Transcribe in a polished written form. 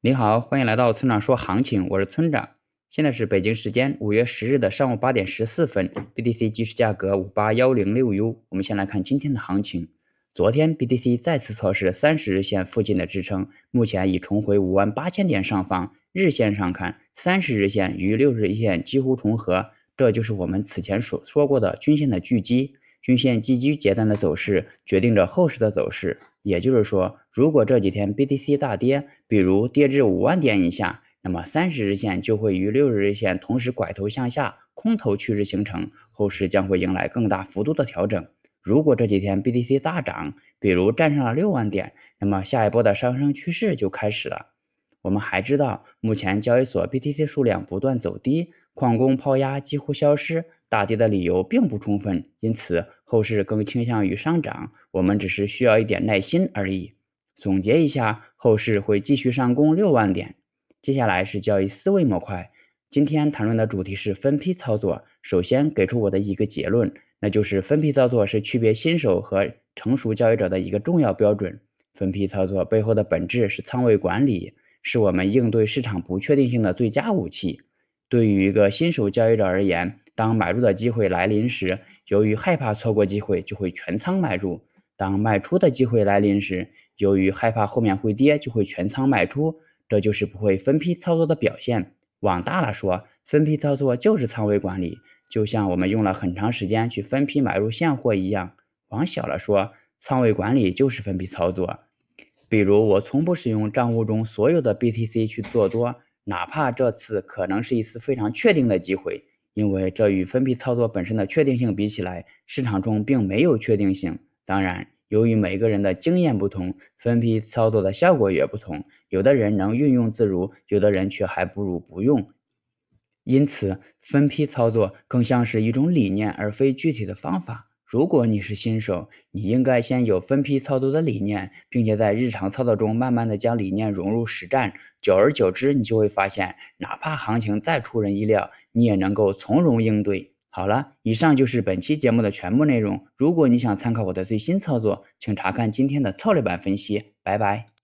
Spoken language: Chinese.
你好，欢迎来到村长说行情，我是村长。现在是北京时间5月10日的上午8点14分，BTC 即时价格58106U。我们先来看今天的行情。昨天 BTC 再次测试30日线附近的支撑，目前已重回58000点上方。日线上看，30日线与60日线几乎重合，这就是我们此前所说过的均线的聚集。均线积极阶段的走势决定着后市的走势，也就是说，如果这几天 BTC 大跌，比如跌至5万点以下，那么30日线就会与60日线同时拐头向下，空头趋势形成，后市将会迎来更大幅度的调整。如果这几天 BTC 大涨，比如站上了6万点，那么下一波的上升趋势就开始了。我们还知道，目前交易所 BTC 数量不断走低，矿工抛压几乎消失，大跌的理由并不充分，因此后市更倾向于上涨，我们只是需要一点耐心而已。总结一下，后市会继续上攻6万点。接下来是交易思维模块，今天谈论的主题是分批操作。首先给出我的一个结论，那就是分批操作是区别新手和成熟交易者的一个重要标准。分批操作背后的本质是仓位管理，是我们应对市场不确定性的最佳武器。对于一个新手交易者而言，当买入的机会来临时，由于害怕错过机会，就会全仓买入；当卖出的机会来临时，由于害怕后面会跌，就会全仓卖出。这就是不会分批操作的表现。往大了说，分批操作就是仓位管理，就像我们用了很长时间去分批买入现货一样。往小了说，仓位管理就是分批操作。比如，我从不使用账户中所有的 BTC 去做多，哪怕这次可能是一次非常确定的机会，因为这与分批操作本身的确定性比起来，市场中并没有确定性。当然，由于每个人的经验不同，分批操作的效果也不同，有的人能运用自如，有的人却还不如不用。因此，分批操作更像是一种理念，而非具体的方法。如果你是新手，你应该先有分批操作的理念，并且在日常操作中慢慢的将理念融入实战。久而久之，你就会发现，哪怕行情再出人意料，你也能够从容应对。好了，以上就是本期节目的全部内容。如果你想参考我的最新操作，请查看今天的策略版分析。拜拜。